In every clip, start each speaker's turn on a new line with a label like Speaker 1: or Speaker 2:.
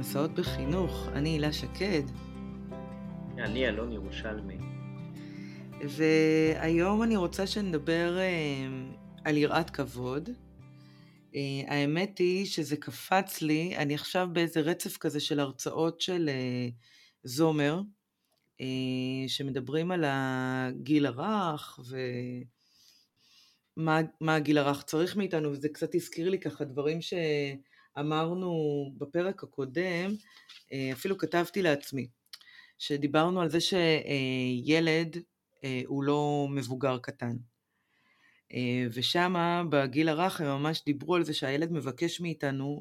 Speaker 1: מסעות בחינוך. אני הילה שקד,
Speaker 2: אני אלון ירושלמי.
Speaker 1: והיום אני רוצה שנדבר על יראת כבוד. האמת היא שזה קפץ לי, אני עכשיו באיזה רצף כזה של הרצאות של זומר, שמדברים על הגיל הרך ומה הגיל הרך צריך מאיתנו, וזה קצת הזכיר לי ככה דברים שאמרנו בפרק הקודם, אפילו כתבתי לעצמי. שדיברנו על זה שילד הוא לא מבוגר קטן. ושמה בגיל הרך הם ממש דיברו על זה שהילד מבקש מאיתנו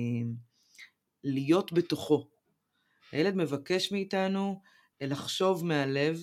Speaker 1: להיות בתוכו. הילד מבקש מאיתנו לחשוב מהלב.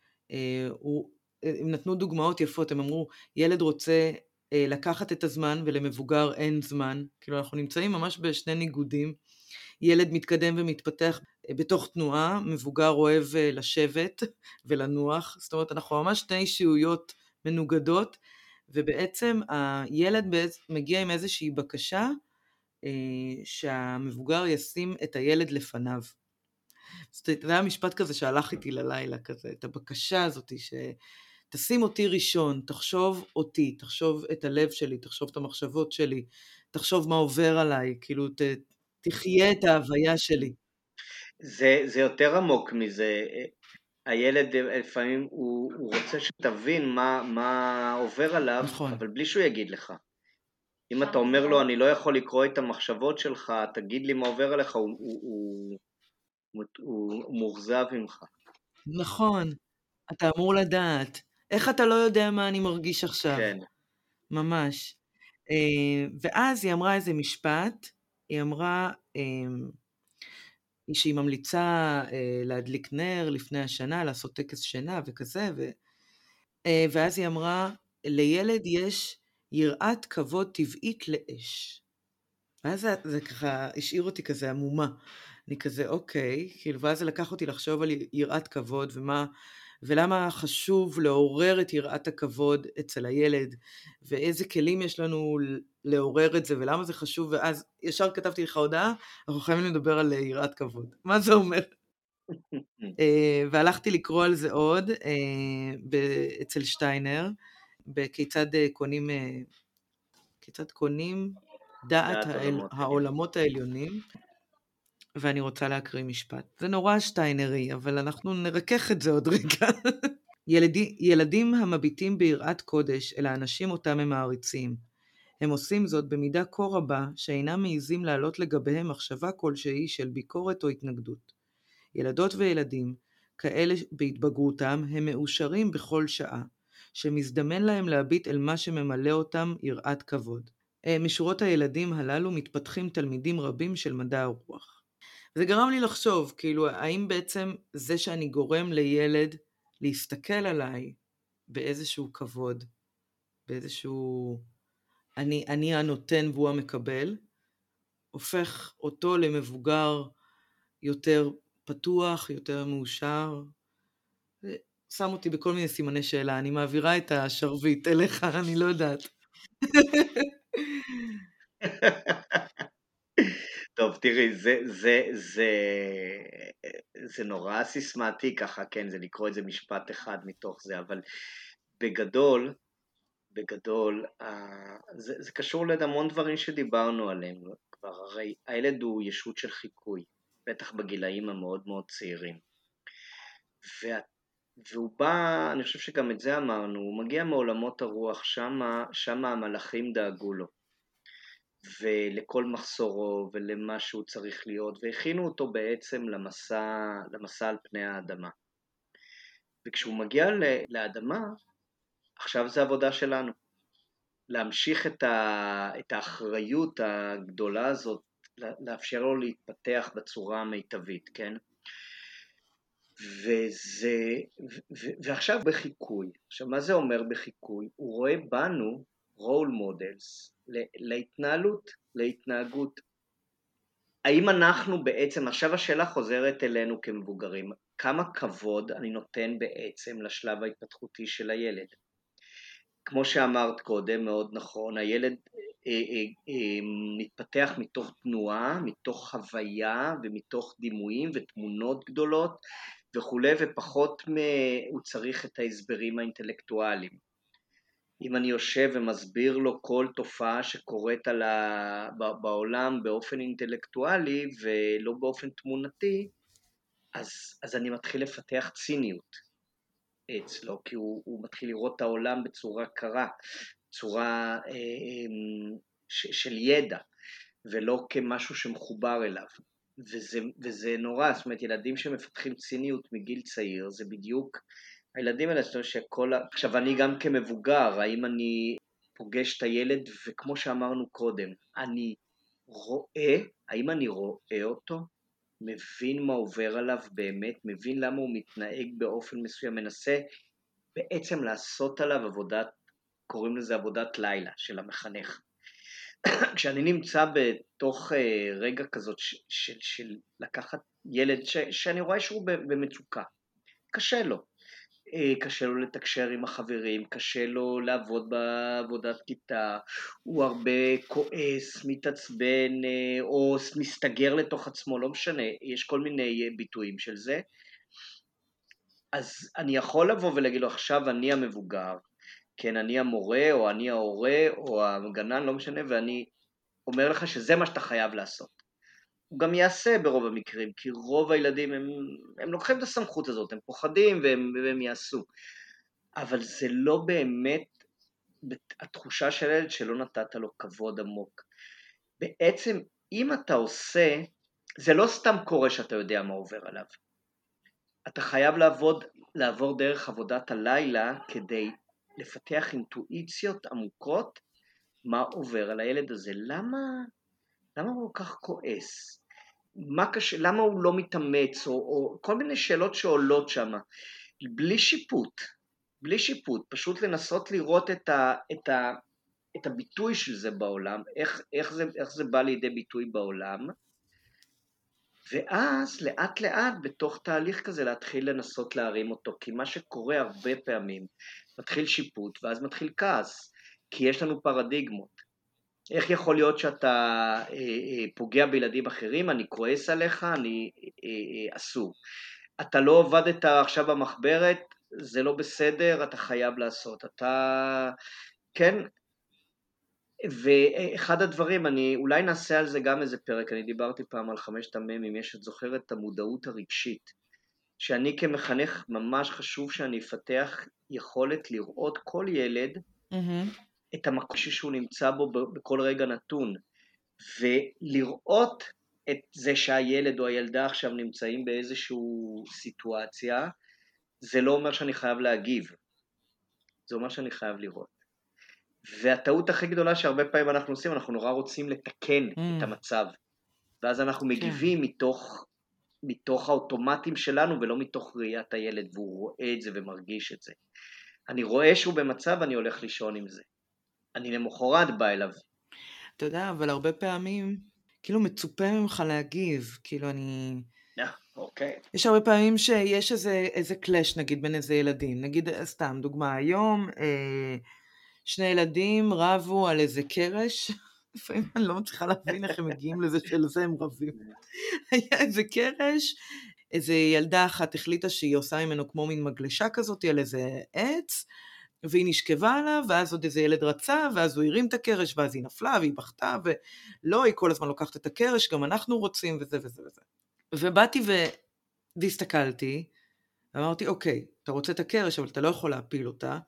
Speaker 1: הם נתנו דוגמאות יפות, הם אמרו, ילד רוצה לקחת את הזמן ולמבוגר אין זמן. כאילו אנחנו נמצאים ממש בשני ניגודים. ילד מתקדם ומתפתח בתוך תנועה, מבוגר אוהב לשבת ולנוח, זאת אומרת אנחנו ממש שתי אישיויות מנוגדות, ובעצם הילד מגיע עם איזושהי בקשה שהמבוגר ישים את הילד לפניו. זה היה משפט כזה שהלך איתי ללילה כזה, את הבקשה הזאת שתשים אותי ראשון, תחשוב אותי, תחשוב את הלב שלי, תחשוב את המחשבות שלי, תחשוב מה עובר עליי, כאילו תחיה את ההוויה שלי.
Speaker 2: זה יותר עמוק מזה. הילד לפעמים הוא רוצה שתבין מה עובר עליו,
Speaker 1: נכון.
Speaker 2: אבל בלי שהוא יגיד לך. אם אתה אומר לו, אני לא יכול לקרוא את המחשבות שלך, תגיד לי מה עובר עליך, הוא מורזב ממך.
Speaker 1: נכון, אתה אמור לדעת. איך אתה לא יודע מה אני מרגיש עכשיו?
Speaker 2: כן.
Speaker 1: ממש. ואז היא אמרה איזה משפט, היא אמרה שהיא ממליצה להדליק נר לפני השנה, לעשות טקס שינה וכזה, ואז היא אמרה, לילד יש יראת כבוד טבעית לאש. ואז זה ככה השאיר אותי כזה עמומה. אני כזה, אוקיי, כאילו, ואז זה לקח אותי לחשוב על יראת כבוד, ולמה חשוב לעורר את יראת הכבוד אצל הילד, ואיזה כלים יש לנו לעורר את זה, ולמה זה חשוב, ואז ישר כתבתי לך הודעה, אנחנו חייבים לדבר על יראת כבוד. מה זה אומר? והלכתי לקרוא על זה עוד, אצל שטיינר, בכיצד קונים דעת העולמות העליונים, ואני רוצה להקריא משפט. זה נורא שטיינרי, אבל אנחנו נרכך את זה עוד רגע. ילדים המביטים ביראת קודש אל האנשים אותם הם מעריצים. הם עושים זאת במידה כה רבה שאינם מעיזים להעלות לגביהם מחשבה כלשהי של ביקורת או התנגדות. ילדות וילדים, כאלה בהתבגרותם, הם מאושרים בכל שעה, שמזדמן להם להביט אל מה שממלא אותם יראת כבוד. משורות הילדים הללו מתפתחים תלמידים רבים של מדע הרוח. זה גרם לי לחשוב, כאילו, האם בעצם זה שאני גורם לילד להסתכל עליי באיזשהו כבוד, באיזשהו אני הנותן והוא המקבל, הופך אותו למבוגר יותר פתוח, יותר מאושר, שם אותי בכל מיני סימני שאלה, אני מעבירה את השרביט אליך, אני לא יודעת.
Speaker 2: טוב, תראי, זה נורא סיסמתי ככה, כן, זה לקרוא איזה משפט אחד מתוך זה, אבל בגדול, זה קשור להמון דברים שדיברנו עליהם כבר, הרי הילד הוא ישות של חיקוי, בטח בגילאים המאוד מאוד צעירים, והוא בא, אני חושב שגם את זה אמרנו, הוא מגיע מעולמות הרוח, שמה המלאכים דאגו לו, ולכל מחסורו ולמה שהוא צריך להיות, והכינו אותו בעצם למסע על פני האדמה. וכשהוא מגיע לאדמה, עכשיו זה עבודה שלנו. להמשיך את האחריות הגדולה הזאת, לאפשר לו להתפתח בצורה המיטבית, כן? ועכשיו בחיקוי. עכשיו, מה זה אומר בחיקוי? הוא רואה בנו role models להתנהלות, להתנהגות. האם אנחנו בעצם, עכשיו השאלה חוזרת אלינו כמבוגרים, כמה כבוד אני נותן בעצם לשלב ההתפתחותי של הילד? כמו שאמרת קודם, מאוד נכון, הילד מתפתח מתוך תנועה, מתוך חוויה ומתוך דימויים ותמונות גדולות וכו', ופחות הוא צריך את ההסברים האינטלקטואליים. אם אני יושב ומסביר לו כל תופעה שקורית בעולם באופן אינטלקטואלי ולא באופן תמונתי, אז אני מתחיל לפתח ציניות אצלו, כי הוא מתחיל לראות את העולם בצורה קרה, צורה של ידע, ולא כמשהו שמחובר אליו. וזה נורא, זאת אומרת, ילדים שמפתחים ציניות מגיל צעיר, זה בדיוק הילדים האלה, זאת אומרת עכשיו אני גם כמבוגר, האם אני פוגש את הילד, וכמו שאמרנו קודם, אני רואה, האם אני רואה אותו, מבין מה עובר עליו באמת, מבין למה הוא מתנהג באופן מסוים, מנסה בעצם לעשות עליו עבודת, קוראים לזה עבודת לילה של המחנך. כשאני נמצא בתוך רגע כזאת של לקחת ילד שאני רואה שהוא במצוקה, קשה לו לתקשר עם החברים, קשה לו לעבוד בעבודת כיתה, הוא הרבה כועס, מתעצבן או מסתגר לתוך עצמו, לא משנה, יש כל מיני ביטויים של זה. אז אני יכול לבוא ולהגיד לו, עכשיו אני המבוגר, כן, אני המורה או אני ההורה או הגנן, לא משנה, ואני אומר לך שזה מה שאתה חייב לעשות. הוא גם יעשה ברוב המקרים, כי רוב הילדים הם לוקחים את הסמכות הזאת, הם פוחדים והם יעשו. אבל זה לא באמת התחושה של הילד שלא נתת לו כבוד עמוק. בעצם אם אתה עושה, זה לא סתם קורה שאתה יודע מה עובר עליו. אתה חייב לעבור דרך עבודת הלילה כדי לפתח אינטואיציות עמוקות מה עובר על הילד הזה. למה הוא כל כך כועס? למה הוא לא מתאמץ? או כל מיני שאלות שעולות שם. בלי שיפוט, פשוט לנסות לראות את הביטוי של זה בעולם, איך זה בא לידי ביטוי בעולם, ואז לאט לאט בתוך תהליך כזה להתחיל לנסות להרים אותו, כי מה שקורה הרבה פעמים, מתחיל שיפוט ואז מתחיל כעס, כי יש לנו פרדיגמות. איך יכול להיות שאתה פוגע בילדים אחרים, אני כועס עליך, אני אסור. אתה לא עובדת עכשיו במחברת, זה לא בסדר, אתה חייב לעשות. כן, ואחד הדברים, אולי נעשה על זה גם איזה פרק, אני דיברתי פעם על 5 המ"מים, את זוכרת את המודעות הרגשית, שאני כמחנך ממש חשוב שאני אפתח יכולת לראות כל ילד, את המקום שהוא נמצא בו בכל רגע נתון, ולראות את זה שהילד או הילדה עכשיו נמצאים באיזושהי סיטואציה, זה לא אומר שאני חייב להגיב, זה אומר שאני חייב לראות. והטעות הכי גדולה שהרבה פעמים אנחנו עושים, אנחנו נורא רוצים לתקן את המצב, ואז אנחנו מגיבים מתוך האוטומטים שלנו, ולא מתוך ראיית הילד, והוא רואה את זה ומרגיש את זה. אני רואה שהוא במצב, אני הולך לישון עם זה. אני למחרת בא אליו.
Speaker 1: אתה יודע, אבל הרבה פעמים, כאילו מצופה ממך להגיב, כאילו אני...
Speaker 2: אוקיי.
Speaker 1: יש הרבה פעמים שיש איזה קלאש, נגיד, בין איזה ילדים. נגיד, סתם, דוגמה, היום 2 ילדים רבו על איזה קרש, לפעמים אני לא מצליחה להבין איך הם מגיעים לזה שלזה הם רבים. היה איזה קרש, איזה ילדה אחת החליטה שהיא עושה ממנו כמו מין מגלשה כזאת על איזה עץ, והיא נשכבה עליו, ואז עוד איזה ילד רצה, ואז הוא הרים את הקרש, ואז היא נפלה, והיא בכתה, ולא, היא כל הזמן לוקחת את הקרש, גם אנחנו רוצים, וזה וזה וזה. ובאתי והסתכלתי, ואמרתי, אוקיי, אתה רוצה את הקרש, אבל אתה לא יכול להפיל אותה,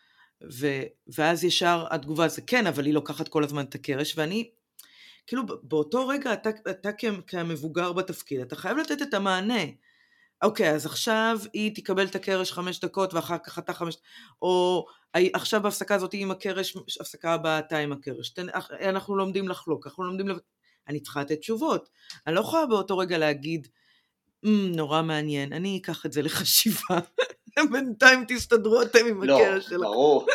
Speaker 1: ואז ישר התגובה זה כן, אבל היא לוקחת כל הזמן את הקרש, ואני, כאילו באותו רגע, אתה כמבוגר בתפקיד, אתה חייב לתת את המענה, אוקיי, אז עכשיו היא תקבל את הקרש 5 דקות, ואחר כך אתה 5, או עכשיו בהפסקה הזאת היא עם הקרש, הפסקה הבאה אתה עם הקרש, אנחנו לומדים לחלוק, אני צריכה לתת תשובות, אני לא יכולה באותו רגע להגיד, נורא מעניין, אני אקח את זה לחשיבה, בינתיים תסתדרו אתם עם הקרש שלך.
Speaker 2: לא, ברור.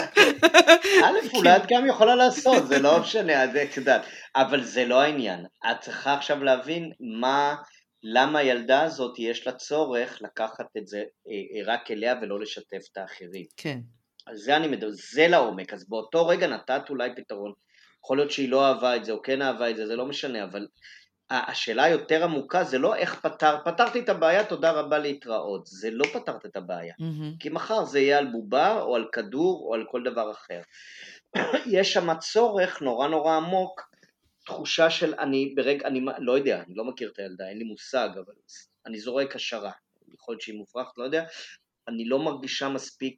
Speaker 2: אולי את גם יכולה לעשות, זה לא משנה, אבל זה לא העניין. את צריכה עכשיו להבין למה הילדה הזאת יש לה צורך לקחת את זה רק אליה ולא לשתף את האחרים.
Speaker 1: כן.
Speaker 2: על זה אני מדבר, זה לעומק, אז באותו רגע נתת אולי פתרון יכול להיות שהיא לא אהבה את זה, או כן אהבה את זה, זה לא משנה, אבל השאלה היותר עמוקה זה לא איך פתרתי את הבעיה, תודה רבה להתראות, זה לא פתרת את הבעיה, כי מחר זה יהיה על בובה, או על כדור, או על כל דבר אחר. יש שם צורך נורא נורא עמוק, תחושה של אני לא יודע, אני לא מכיר את הילדה, אין לי מושג, אבל אני זורק השערה, יכול להיות שהיא מופרכת, לא יודע, אני לא מרגישה מספיק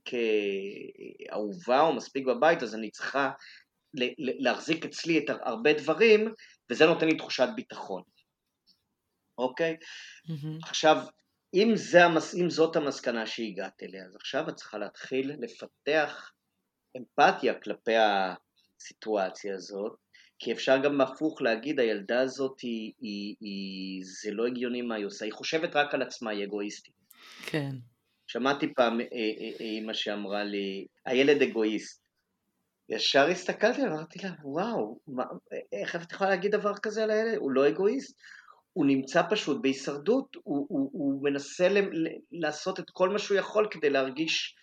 Speaker 2: אהובה או מספיק בבית, אז אני צריכה להחזיק אצלי את הרבה דברים, וזה נותן לי תחושת ביטחון. אוקיי? עכשיו, אם זאת המסקנה שהגעת אליה, אז עכשיו את צריכה להתחיל לפתח אמפתיה כלפי הסיטואציה הזאת, כי אפשר גם הפוך להגיד, הילדה הזאת זה לא הגיוני מה היא עושה, היא חושבת רק על עצמה, היא אגואיסטית.
Speaker 1: כן.
Speaker 2: שמעתי פעם אמא שאמרה לי, הילד אגואיסט. ישר הסתכלתי, אמרתי לה, וואו, איך את יכולה להגיד דבר כזה על הילד? הוא לא אגואיסט, הוא נמצא פשוט בהישרדות, הוא מנסה לעשות את כל מה שהוא יכול כדי להרגיש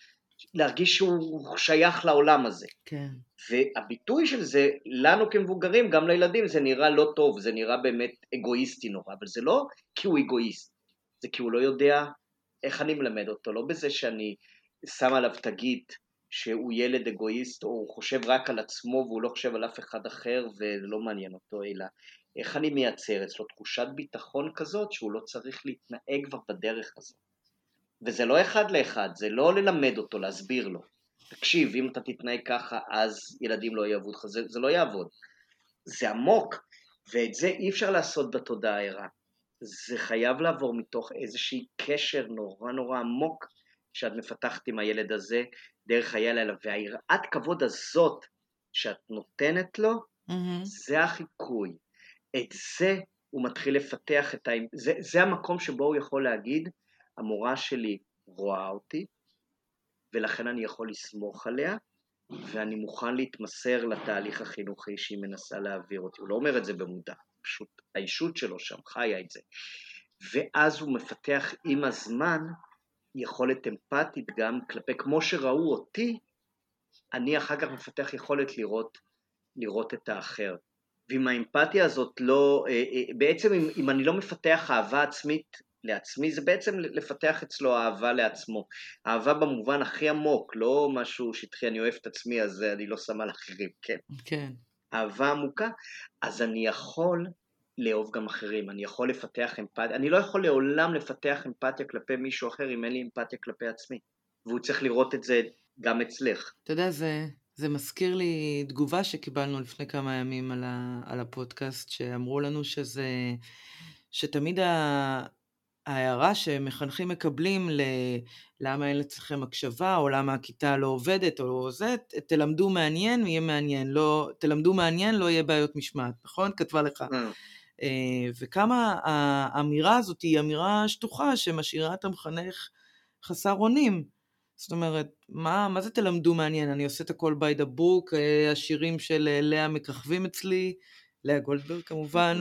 Speaker 2: שהוא שייך לעולם הזה.
Speaker 1: כן.
Speaker 2: והביטוי של זה, לנו כמבוגרים, גם לילדים, זה נראה לא טוב, זה נראה באמת אגואיסטי נורא, אבל זה לא כי הוא אגואיסט, זה כי הוא לא יודע איך אני מלמד אותו, לא בזה שאני שם עליו תגית שהוא ילד אגואיסט, או הוא חושב רק על עצמו והוא לא חושב על אף אחד אחר ולא מעניין אותו, אלא איך אני מייצר אצלו תחושת ביטחון כזאת שהוא לא צריך להתנהג כבר בדרך הזאת. וזה לא אחד לאחד, זה לא ללמד אותו, להסביר לו. תקשיב, אם אתה תתנהג ככה, אז ילדים לא יעבוד לך, זה לא יעבוד. זה עמוק, ואת זה אי אפשר לעשות בתודעה הערה. זה חייב לעבור מתוך איזושהי קשר נורא נורא עמוק, שאת מפתחת עם הילד הזה, דרך הילד, והיראת כבוד הזאת שאת נותנת לו, זה החיקוי. את זה הוא מתחיל לפתח, זה המקום שבו הוא יכול להגיד, המורה שלי רואה אותי, ולכן אני יכול לסמוך עליה, ואני מוכן להתמסר לתהליך החינוכי שהיא מנסה להעביר אותי. הוא לא אומר את זה במודע, פשוט האישות שלו שם חיה את זה. ואז הוא מפתח עם הזמן יכולת אמפתית גם כלפי, כמו שראו אותי, אני אחר כך מפתח יכולת לראות את האחר. ועם האמפתיה הזאת לא, בעצם אם אני לא מפתח אהבה עצמית לעצמי, זה בעצם לפתח אצלו אהבה לעצמו. אהבה במובן הכי עמוק, לא משהו שטחי, אני אוהב את עצמי, אז אני לא שם על אחרים, כן?
Speaker 1: כן.
Speaker 2: אהבה עמוקה, אז אני יכול לאהוב גם אחרים, אני יכול לפתח אמפתיה, אני לא יכול לעולם לפתח אמפתיה כלפי מישהו אחר, אם אין לי אמפתיה כלפי עצמי. והוא צריך לראות את זה גם אצלך.
Speaker 1: אתה יודע, זה מזכיר לי תגובה שקיבלנו לפני כמה ימים על הפודקאסט, שאמרו לנו שתמיד ההערה שמחנכים מקבלים למה אין אצלכם הקשבה, או למה הכיתה לא עובדת, או זה, תלמדו מעניין, יהיה מעניין, תלמדו מעניין, לא יהיה בעיות משמעת, נכון? כתבה לך. וכמה האמירה הזאת היא אמירה שטוחה, שמשאירה את המחנך חסר אונים. זאת אומרת, מה זה תלמדו מעניין? אני עושה את הכל by the book, השירים של לאה מככבים אצלי, לאה גולדברג כמובן,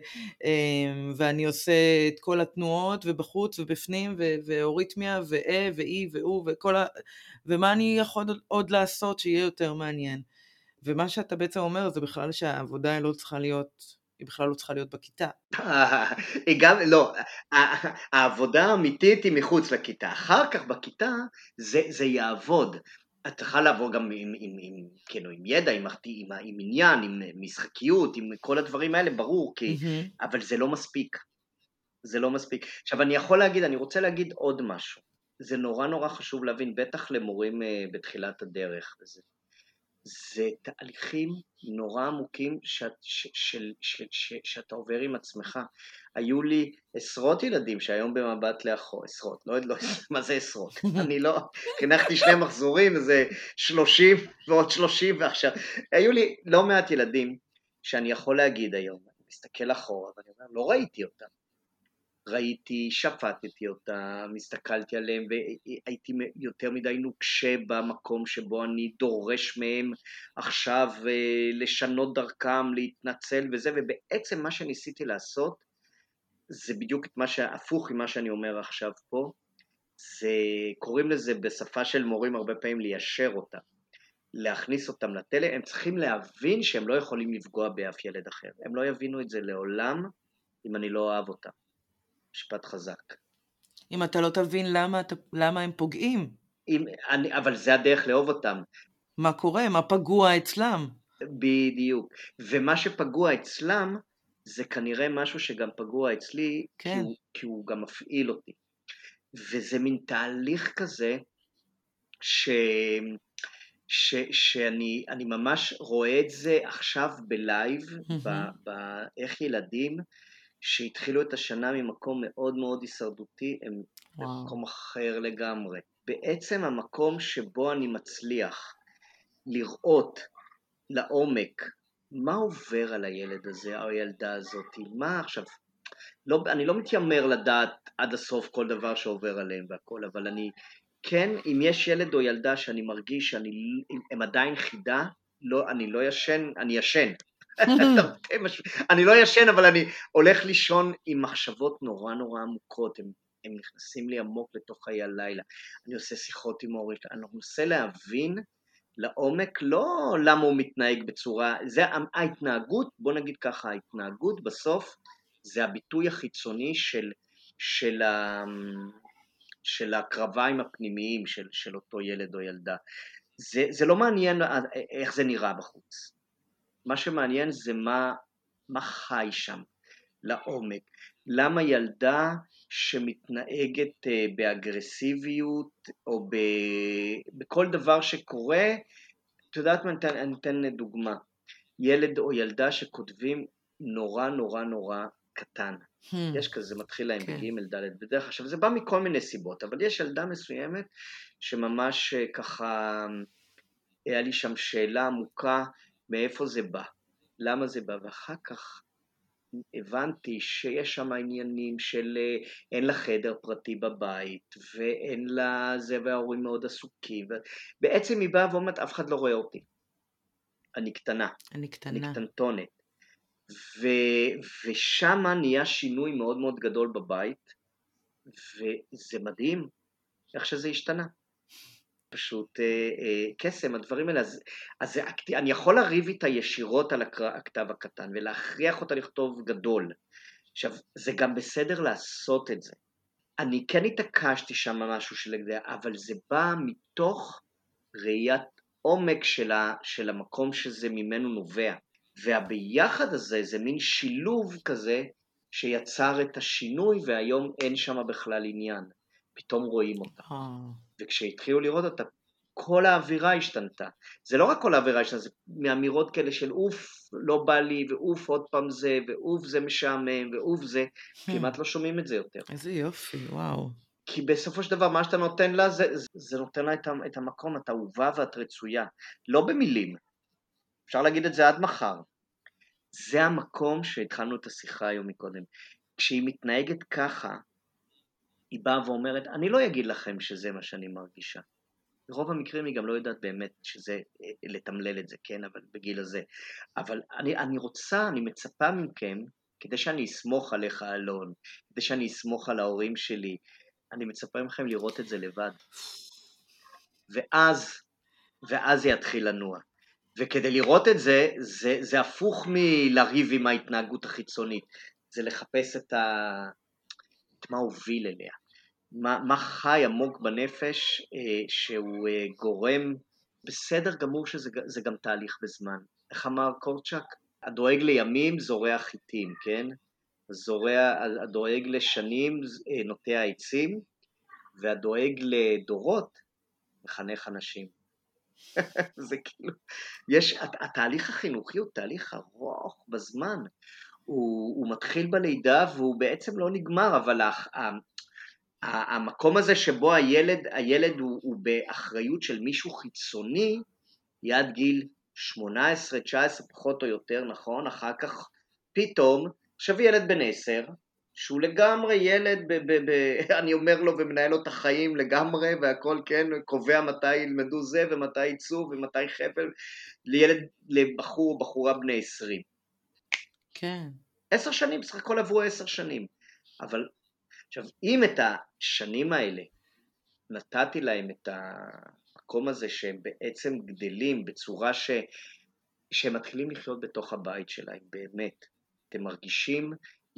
Speaker 1: ואני עושה את כל התנועות, ובחוץ ובפנים, ואוריתמיה, ואי, והוא, ומה אני יכול עוד לעשות שיהיה יותר מעניין. ומה שאתה בעצם אומר, זה בכלל שהעבודה היא בכלל לא צריכה להיות בכיתה.
Speaker 2: לא, העבודה האמיתית היא מחוץ לכיתה, אחר כך בכיתה זה יעבוד. את צריכה לעבור גם עם ידע, עם עניין, עם משחקיות, עם כל הדברים האלה, ברור, אבל זה לא מספיק. זה לא מספיק. עכשיו אני רוצה להגיד עוד משהו. זה נורא נורא חשוב להבין, בטח למורים בתחילת הדרך. זה תהליכים נורא עמוקים שאתה עובר עם עצמך. היו לי עשרות ילדים שהיום במבט לאחור, עשרות, לא, מה זה עשרות? אני לא, חינכתי 2 מחזורים, זה 30 ועוד 30 ועכשיו. היו לי לא מעט ילדים שאני יכול להגיד היום, אני מסתכל אחורה ואני אומר, לא ראיתי אותם. ראיתי, שפטתי אותם, הסתכלתי עליהם והייתי יותר מדי נוקשה במקום שבו אני דורש מהם עכשיו לשנות דרכם, להתנצל וזה, ובעצם מה שניסיתי לעשות זה בדיוק הפוך ממה שאני אומר עכשיו פה, קוראים לזה בשפה של מורים הרבה פעמים ליישר אותם. להכניס אותם לתלם, הם צריכים להבין שהם לא יכולים לפגוע באף ילד אחר. הם לא יבינו את זה לעולם אם אני לא אוהב אותם. משפט חזק.
Speaker 1: אם אתה לא תבין למה הם פוגעים.
Speaker 2: אבל זה הדרך לאהוב אותם.
Speaker 1: מה קורה? מה פגוע אצלם?
Speaker 2: בדיוק. ומה שפגוע אצלם, זה כנראה משהו שגם פגוע אצלי,
Speaker 1: כן.
Speaker 2: כי הוא גם מפעיל אותי. וזה מין תהליך כזה, שאני ממש רואה את זה עכשיו בלייב, באיך ילדים שהתחילו את השנה ממקום מאוד מאוד הישרדותי, הם במקום אחר לגמרי. בעצם המקום שבו אני מצליח לראות לעומק מה עובר על הילד הזה או הילדה הזאת, מה עכשיו, אני לא מתיימר לדעת עד הסוף כל דבר שעובר עליהם והכל, אבל אני כן, אם יש ילד או ילדה שאני מרגיש שהם עדיין חידה, אני לא ישן, אני ישן. אני לא ישן, אבל אני הולך לישון עם מחשבות נורא נורא עמוקות, הם נכנסים לי עמוק לתוך חיי הלילה. אני עושה שיחות עם הורים, אני מנסה להבין לעומק, לא למה הוא מתנהג בצורה, זה ההתנהגות, בוא נגיד ככה, ההתנהגות בסוף זה הביטוי החיצוני של הקרביים הפנימיים של אותו ילד או ילדה. זה לא מעניין איך זה נראה בחוץ. מה שמעניין זה מה חי שם לעומק. למה ילדה שמתנהגת באגרסיביות או בכל דבר שקורה, את יודעת מה, אני אתן דוגמה. ילד או ילדה שכותבים נורא נורא נורא קטן. יש כזה, מתחיל להם בג' ד' בדרך. עכשיו, זה בא מכל מיני סיבות, אבל יש ילדה מסוימת שממש ככה, היה לי שם שאלה עמוקה, מאיפה זה בא, למה זה בא, ואחר כך הבנתי שיש שם עניינים של אין לה חדר פרטי בבית, ואין לה זה, וההורים מאוד עסוקים, בעצם היא באה ואומרת, אף אחד לא רואה אותי, אני קטנה, אני קטנטונת, ושם נהיה שינוי מאוד מאוד גדול בבית, וזה מדהים איך שזה השתנה. פשוט קסם, הדברים האלה, אז אני יכול לריב איתה ישירות על הכתב הקטן, ולהכריח אותה לכתוב גדול. עכשיו, זה גם בסדר לעשות את זה. אני כן התעקשתי שם משהו אבל זה בא מתוך ראיית עומק של המקום שזה ממנו נובע. והביחד הזה, זה מין שילוב כזה, שיצר את השינוי, והיום אין שם בכלל עניין. פתאום רואים אותה. וכשהתחילו לראות אותה, כל האווירה השתנתה. זה לא רק כל האווירה השתנתה, זה מאמירות כאלה של אוף, לא בא לי, ואוף עוד פעם זה, ואוף זה משעמם, ואוף זה, כמעט לא שומעים את זה יותר.
Speaker 1: איזה יופי, וואו.
Speaker 2: כי בסופו של דבר, מה שאתה נותן לה, זה נותן לה את המקום, את אהובה ואת רצויה. לא במילים. אפשר להגיד את זה עד מחר. זה המקום שהתחלנו את השיחה היום מקודם. כשהיא מתנהגת ככה, היא באה ואומרת, אני לא אגיד לכם שזה מה שאני מרגישה. ברוב המקרים היא גם לא יודעת באמת שזה, לתמלל את זה, כן, אבל בגיל הזה. אבל אני מצפה מכם, כדי שאני אסמוך עליך, אלון, כדי שאני אסמוך על ההורים שלי, אני מצפה מכם לראות את זה לבד. ואז זה יתחיל לנוע. וכדי לראות את זה, זה הפוך מלריב עם ההתנהגות החיצונית. זה לחפש את מה הוביל אליה. מה חי עמוק בנפש שהוא גורם, בסדר גמור שזה גם תהליך בזמן. איך אמר קורצ'אק? הדואג לימים זורע חיטים, כן? הדואג לשנים נוטע עצים, והדואג לדורות מחנך אנשים. זה כאילו, התהליך החינוכי הוא תהליך ארוך בזמן. הוא מתחיל בלידה והוא בעצם לא נגמר, אבל המקום הזה שבו הילד הוא באחריות של מישהו חיצוני, יד גיל 18, 19 פחות או יותר, נכון? אחר כך פתאום, עכשיו ילד בן 10, שהוא לגמרי ילד, אני אומר לו ומנהל לו את החיים לגמרי, והכל כן, קובע מתי ילמדו זה ומתי ייצאו ומתי חפל, לבחור או בחורה בני 20.
Speaker 1: כן.
Speaker 2: 10 שנים, בסך הכל עברו 10 שנים. אבל, עכשיו, אם את השנים האלה נתתי להם את המקום הזה שהם בעצם גדלים בצורה שהם מתחילים לחיות בתוך הבית שלהם, באמת. אתם מרגישים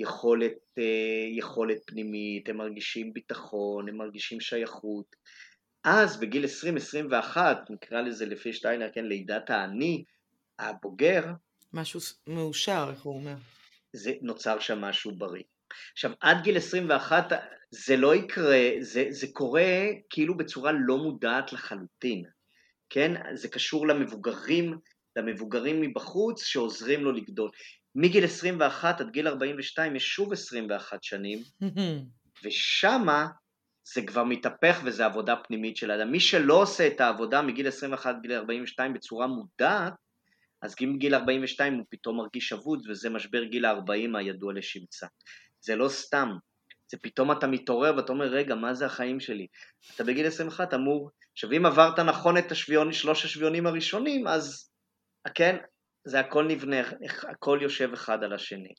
Speaker 2: יכולת פנימית, הם מרגישים ביטחון, הם מרגישים שייכות. אז בגיל 20-21, נקרא לזה לפי שטיינר, כן, לידת האני, הבוגר,
Speaker 1: משהו מאושר, איך הוא אומר.
Speaker 2: זה נוצר שם משהו בריא. עכשיו, עד גיל 21 זה לא יקרה, זה קורה כאילו בצורה לא מודעת לחלוטין, כן? זה קשור למבוגרים מבחוץ שעוזרים לו לגדול. מגיל 21 עד גיל 42 יש שוב 21 שנים, ושמה זה כבר מתהפך וזה עבודה פנימית של האדם. מי שלא עושה את העבודה מגיל 21 עד גיל 42 בצורה מודעת, אז גיל 42 הוא פתאום מרגיש אבוד, וזה משבר גיל 40 הידוע לשמצה. זה לא סתם, זה פתאום אתה מתעורר ואתה אומר, רגע, מה זה החיים שלי? אתה בגיל 21 אמור, אם עברת נכון את שלוש השביונים הראשונים, אז כן, זה הכל נבנה, הכל יושב אחד על השני.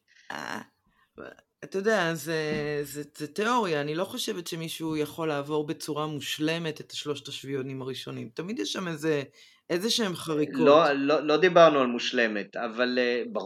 Speaker 1: אתה יודע, זה תיאוריה, אני לא חושבת שמישהו יכול לעבור בצורה מושלמת את שלושת השביונים הראשונים. תמיד יש שם איזה שהם חריקות.
Speaker 2: לא דיברנו על מושלמת, אבל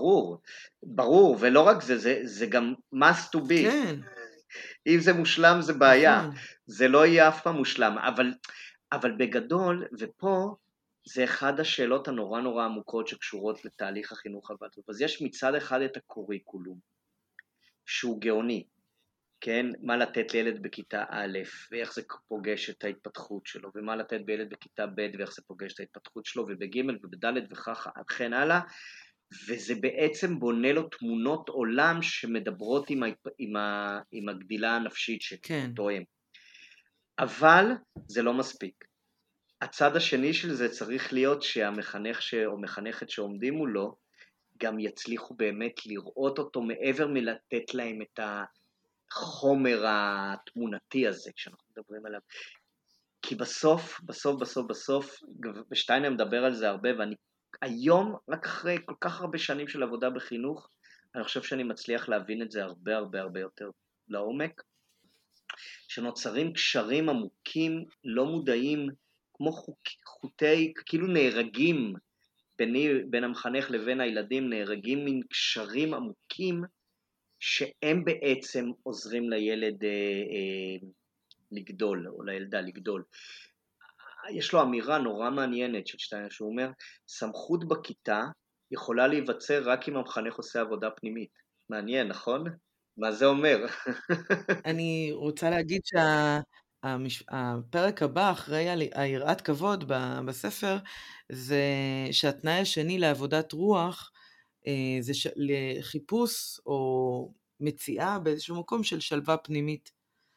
Speaker 2: ברור, ולא רק זה גם must to be.
Speaker 1: כן.
Speaker 2: אם זה מושלם זה בעיה,
Speaker 1: נכון.
Speaker 2: זה לא יהיה אף פעם מושלם, אבל בגדול, ופה זה אחד השאלות הנורא נורא עמוקות שקשורות לתהליך החינוך הבא. אז יש מצד אחד את הקוריקולום, שהוא גאוני, כן? מה לתת לילד בכיתה א', ואיך זה פוגש את ההתפתחות שלו, ומה לתת בילד בכיתה ב', ואיך זה פוגש את ההתפתחות שלו, ובג' ובד' וכן הלאה, וזה בעצם בונה לו תמונות עולם שמדברות עם הגדילה הנפשית שתואם. אבל זה לא מספיק. הצד השני של זה צריך להיות שהמחנך או מחנכת שעומדים מולו, גם יצליחו באמת לראות אותו מעבר מלתת להם את החומר התמונתי הזה, כשאנחנו מדברים עליו. כי בסוף, ושטיינר מדבר על זה הרבה, ואני היום, רק אחרי כל כך הרבה שנים של עבודה בחינוך, אני חושב שאני מצליח להבין את זה הרבה הרבה הרבה יותר לעומק, שנוצרים קשרים עמוקים, לא מודעים, כמו חוטי, כאילו נהרגים, בין המחנך לבין הילדים, נהרגים מן קשרים עמוקים, שהם בעצם עוזרים לילד לגדול, או לילדה לגדול. יש לו אמירה נורא מעניינת של שטיינר, שהוא אומר, סמכות בכיתה יכולה להיווצר רק אם המחנך עושה עבודה פנימית. מעניין, נכון? מה זה אומר?
Speaker 1: אני רוצה להגיד שהפרק הבא, אחרי היראת כבוד בספר, זה שהתנאי השני לעבודת רוח, זה לחיפוש או מציאה באיזשהו מקום של שלווה פנימית.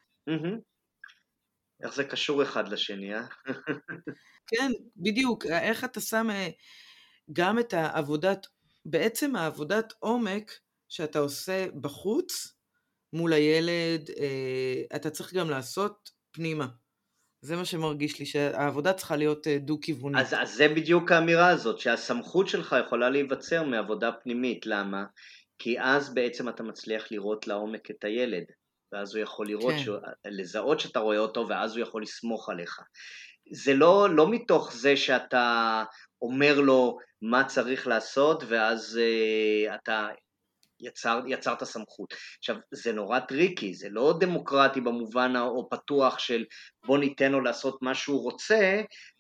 Speaker 2: איך זה קשור אחד לשני,
Speaker 1: כן, בדיוק. איך אתה שם גם את בעצם העבודת עומק שאתה עושה בחוץ, מול הילד, אתה צריך גם לעשות פנימה. זה מה שמרגיש לי, שהעבודה צריכה להיות דו-כיוונית.
Speaker 2: אז זה בדיוק האמירה הזאת, שהסמכות שלך יכולה להיווצר מעבודה פנימית. למה? כי אז בעצם אתה מצליח לראות לעומק את הילד, ואז הוא יכול לראות, לזהות שאתה רואה אותו, ואז הוא יכול לסמוך עליך. זה לא מתוך זה שאתה אומר לו מה צריך לעשות, ואז אתה יצרת סמכות. עכשיו, זה נורא טריקי, זה לא דמוקרטי במובן או פתוח של בוא ניתן לו לעשות מה שהוא רוצה,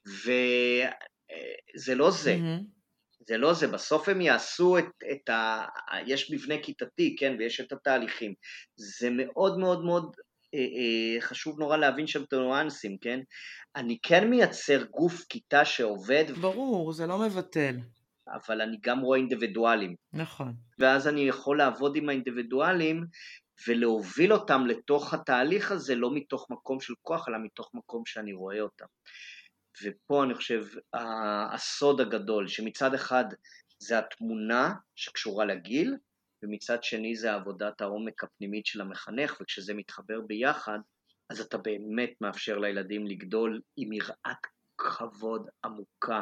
Speaker 2: וזה לא זה. זה לא זה, בסוף הם יעשו יש מבנה כיתתי, כן, ויש את התהליכים. זה מאוד מאוד מאוד חשוב נורא להבין שם את הניואנסים, כן? אני כן מייצר גוף כיתה שעובד.
Speaker 1: ברור, זה לא מבטל.
Speaker 2: אבל אני גם רואה אינדיבידואלים.
Speaker 1: נכון.
Speaker 2: ואז אני יכול לעבוד עם האינדיבידואלים, ולהוביל אותם לתוך התהליך הזה, לא מתוך מקום של כוח, אלא מתוך מקום שאני רואה אותם. ופה אני חושב, הסוד הגדול, שמצד אחד זה התמונה שקשורה לגיל, ומצד שני זה עבודת העומק הפנימית של המחנך, וכשזה מתחבר ביחד, אז אתה באמת מאפשר לילדים לגדול עם יראת כבוד עמוקה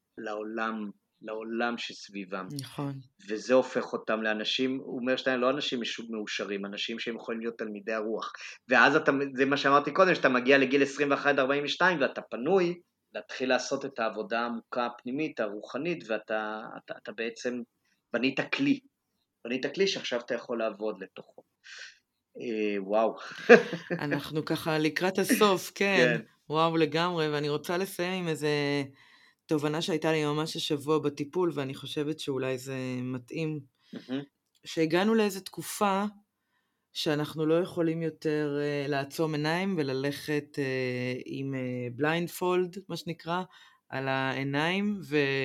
Speaker 2: לעולם שסביבם.
Speaker 1: נכון.
Speaker 2: וזה הופך אותם לאנשים, הוא אומר שטיין, לא אנשים מאושרים, אנשים שהם יכולים להיות תלמידי הרוח. ואז זה מה שאמרתי קודם, שאתה מגיע לגיל 21-42 ואתה פנוי להתחיל לעשות את העבודה העמוקה הפנימית, הרוחנית, ואתה בעצם בנית כלי שעכשיו אתה יכול לעבוד לתוכו. וואו.
Speaker 1: אנחנו ככה לקראת הסוף, כן.
Speaker 2: כן.
Speaker 1: וואו לגמרי, ואני רוצה לסיים עם איזה תובנה שהייתה לי ממש השבוע בטיפול, ואני חושבת שאולי זה מתאים. שהגענו לאיזו תקופה שאנחנו לא יכולים יותר לעצום עיניים וללכת עם בליינדפולד, מה שנקרא, על העיניים,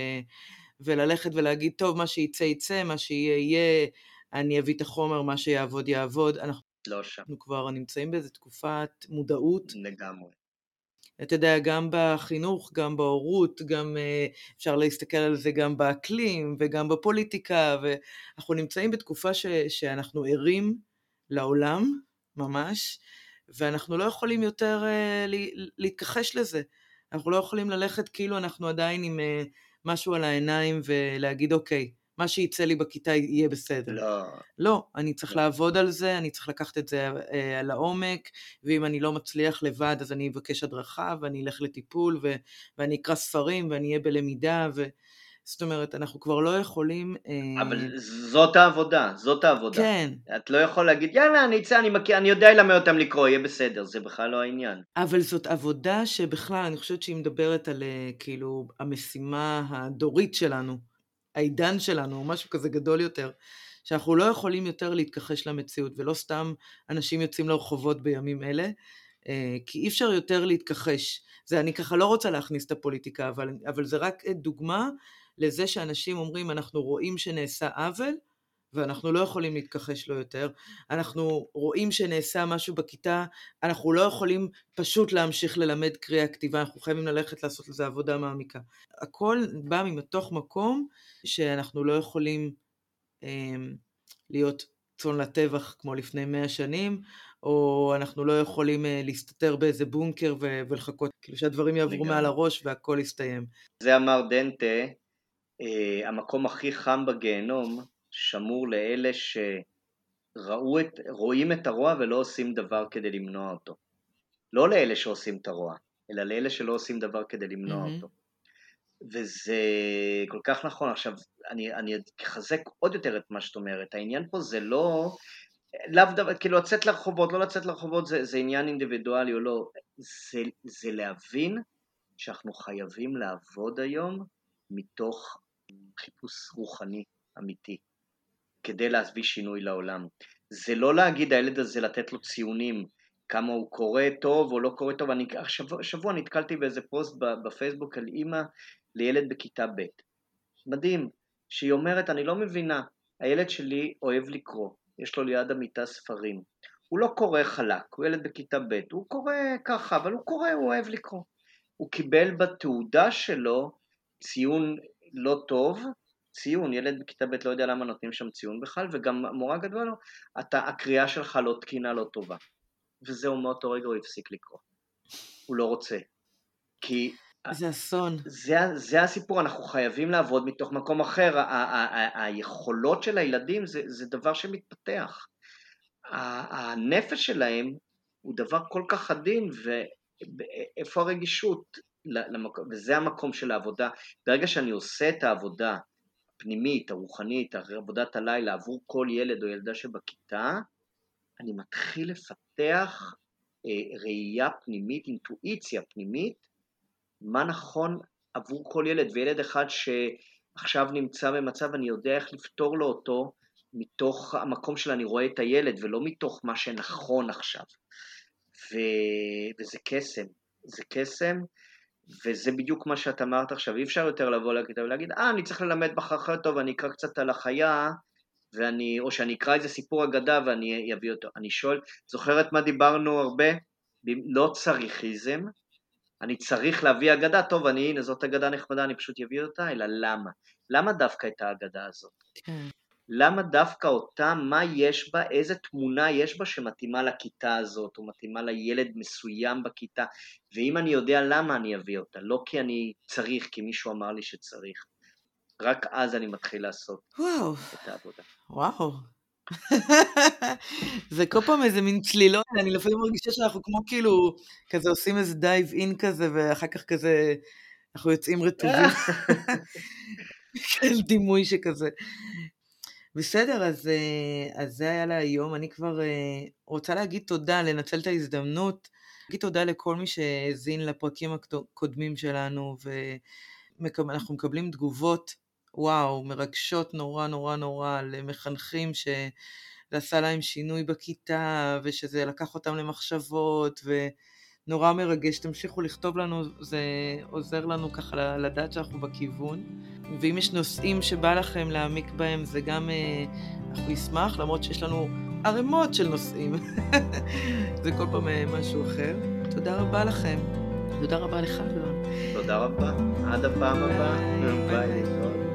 Speaker 1: וללכת ולהגיד, טוב, מה שיצא יצא, מה שיהיה יהיה, אני אביא את החומר, מה שיעבוד יעבוד.
Speaker 2: לא שם.
Speaker 1: אנחנו כבר נמצאים באיזו תקופת מודעות.
Speaker 2: לגמרי.
Speaker 1: אתה יודע, גם בחינוך, גם בהורות, גם אפשר להסתכל על זה גם באקלים וגם בפוליטיקה, ואנחנו נמצאים בתקופה שאנחנו ערים לעולם, ממש, ואנחנו לא יכולים יותר להתכחש לזה. אנחנו לא יכולים ללכת כאילו אנחנו עדיין עם משהו על העיניים ולהגיד, אוקיי, מה שיצא לי בכיתה יהיה בסדר.
Speaker 2: לא.
Speaker 1: לא, אני צריך לעבוד על זה, אני צריך לקחת את זה על העומק, ואם אני לא מצליח לבד, אז אני אבקש הדרכה, ואני אלך לטיפול, ואני אקרא ספרים, ואני אהיה בלמידה, זאת אומרת, אנחנו כבר לא יכולים...
Speaker 2: אבל זאת העבודה.
Speaker 1: כן.
Speaker 2: את לא יכול להגיד, יאללה, אני אצא, אני יודע ללמד אותם לקרוא, יהיה בסדר, זה בכלל לא העניין.
Speaker 1: אבל זאת עבודה שבכלל, אני חושבת שהיא מדברת על כאילו המשימה הדורית שלנו, העידן שלנו, משהו כזה גדול יותר, שאנחנו לא יכולים יותר להתכחש למציאות, ולא סתם אנשים יוצאים לרחובות בימים אלה, כי אי אפשר יותר להתכחש. אני ככה לא רוצה להכניס את הפוליטיקה, אבל זה רק דוגמה לזה שאנשים אומרים, אנחנו רואים שנעשה עוול, ואנחנו לא יכולים להתכחש לו יותר. אנחנו רואים שנעשה משהו בכיתה, אנחנו לא יכולים פשוט להמשיך ללמד קריאה כתיבה, אנחנו חייבים ללכת לעשות לזה עבודה מעמיקה. הכל בא מתוך מקום שאנחנו לא יכולים להיות צאן לטבח כמו לפני 100 שנים, או אנחנו לא יכולים להסתתר באיזה בונקר ולחכות, כאילו שהדברים יעברו מעל הראש והכל יסתיים.
Speaker 2: זה אמר דנטה, המקום הכי חם בגיהנום שמור לאלה שרואים את הרוע ולא עושים דבר כדי למנוע אותו. לא לאלה שעושים את הרוע, אלא לאלה שלא עושים דבר כדי למנוע אותו. וזה כל כך נכון. עכשיו, אני אחזק עוד יותר את מה שאת אומרת. העניין פה זה לא, לאו דבר, כאילו לצאת לרחובות, לא לצאת לרחובות, זה עניין אינדיבידואלי או לא. זה להבין שאנחנו חייבים לעבוד היום מתוך חיפוש רוחני אמיתי, כדי להביא שינוי לעולם. זה לא להגיד הילד הזה, לתת לו ציונים, כמה הוא קורא טוב או לא קורא טוב. שבוע נתקלתי באיזה פוסט בפייסבוק על אמא לילד בכיתה ב'. מדהים, שהיא אומרת, אני לא מבינה, הילד שלי אוהב לקרוא, יש לו ליד המיטה ספרים, הוא לא קורא חלק, הוא ילד בכיתה ב', הוא קורא ככה, אבל הוא קורא, הוא אוהב לקרוא. הוא קיבל בתעודה שלו ציון לא טוב, ציון, ילד בכיתה ב' לא יודע למה נותנים שם ציון בכלל, וגם מורה גדולה לו, הקריאה שלך לא תקינה, לא טובה. וזהו, מאותו רגע הוא הפסיק לקרוא. הוא לא רוצה. כי
Speaker 1: זה אסון.
Speaker 2: זה הסיפור, אנחנו חייבים לעבוד מתוך מקום אחר. היכולות של הילדים זה דבר שמתפתח. הנפש שלהם הוא דבר כל כך עדין, ואיפה הרגישות? וזה המקום של העבודה. ברגע שאני עושה את העבודה הפנימית, הרוחנית, עבודת הלילה, עבור כל ילד או ילדה שבכיתה, אני מתחיל לפתח ראייה פנימית, אינטואיציה פנימית, מה נכון עבור כל ילד, וילד אחד שעכשיו נמצא במצב, אני יודע איך לפתור לו אותו, מתוך המקום של אני רואה את הילד, ולא מתוך מה שנכון עכשיו. וזה קסם, זה קסם, וזה בדיוק מה שאת אמרת עכשיו. אי אפשר יותר לבוא לכיתה ולהגיד, אני צריך ללמד בחר טוב, אני אקרא קצת על החיה, או שאני אקרא איזה סיפור אגדה ואני אביא אותו. אני שואל, זוכרת מה דיברנו הרבה? לא צריכיזם, אני צריך להביא אגדה, טוב, הנה זאת אגדה נחמדה, אני פשוט אביא אותה, אלא למה? למה דווקא את האגדה הזאת?
Speaker 1: כן.
Speaker 2: למה דווקא אותה, מה יש בה, איזה תמונה יש בה שמתאימה לכיתה הזאת, או מתאימה לילד מסוים בכיתה, ואם אני יודע למה אני אביא אותה, לא כי אני צריך, כי מישהו אמר לי שצריך. רק אז אני מתחיל לעשות את העבודה.
Speaker 1: וואו, זה כל פעם איזה מין צלילות, אני לפעמים מרגישה שאנחנו כמו כאילו, כזה עושים איזה דייב אין כזה, ואחר כך כזה, אנחנו יוצאים רטובים. של דימוי שכזה. בסדר, אז זה היה להיום. אני כבר רוצה להגיד תודה, לנצל את ההזדמנות, להגיד תודה לכל מי שהזין לפרקים הקודמים שלנו, ואנחנו מקבלים תגובות, וואו, מרגשות נורא נורא נורא, למחנכים שזה עשה להם שינוי בכיתה, ושזה לקח אותם למחשבות, ונורא מרגש. תמשיכו לכתוב לנו, זה עוזר לנו ככה לדעת שאנחנו בכיוון. ואם יש נושאים שבא לכם להעמיק בהם, זה גם, אנחנו נשמח, למרות שיש לנו ערימות של נושאים. זה כל פעם משהו אחר. תודה רבה לכם. תודה רבה לך, אלון.
Speaker 2: תודה רבה. עד הפעם הבאה. ביי.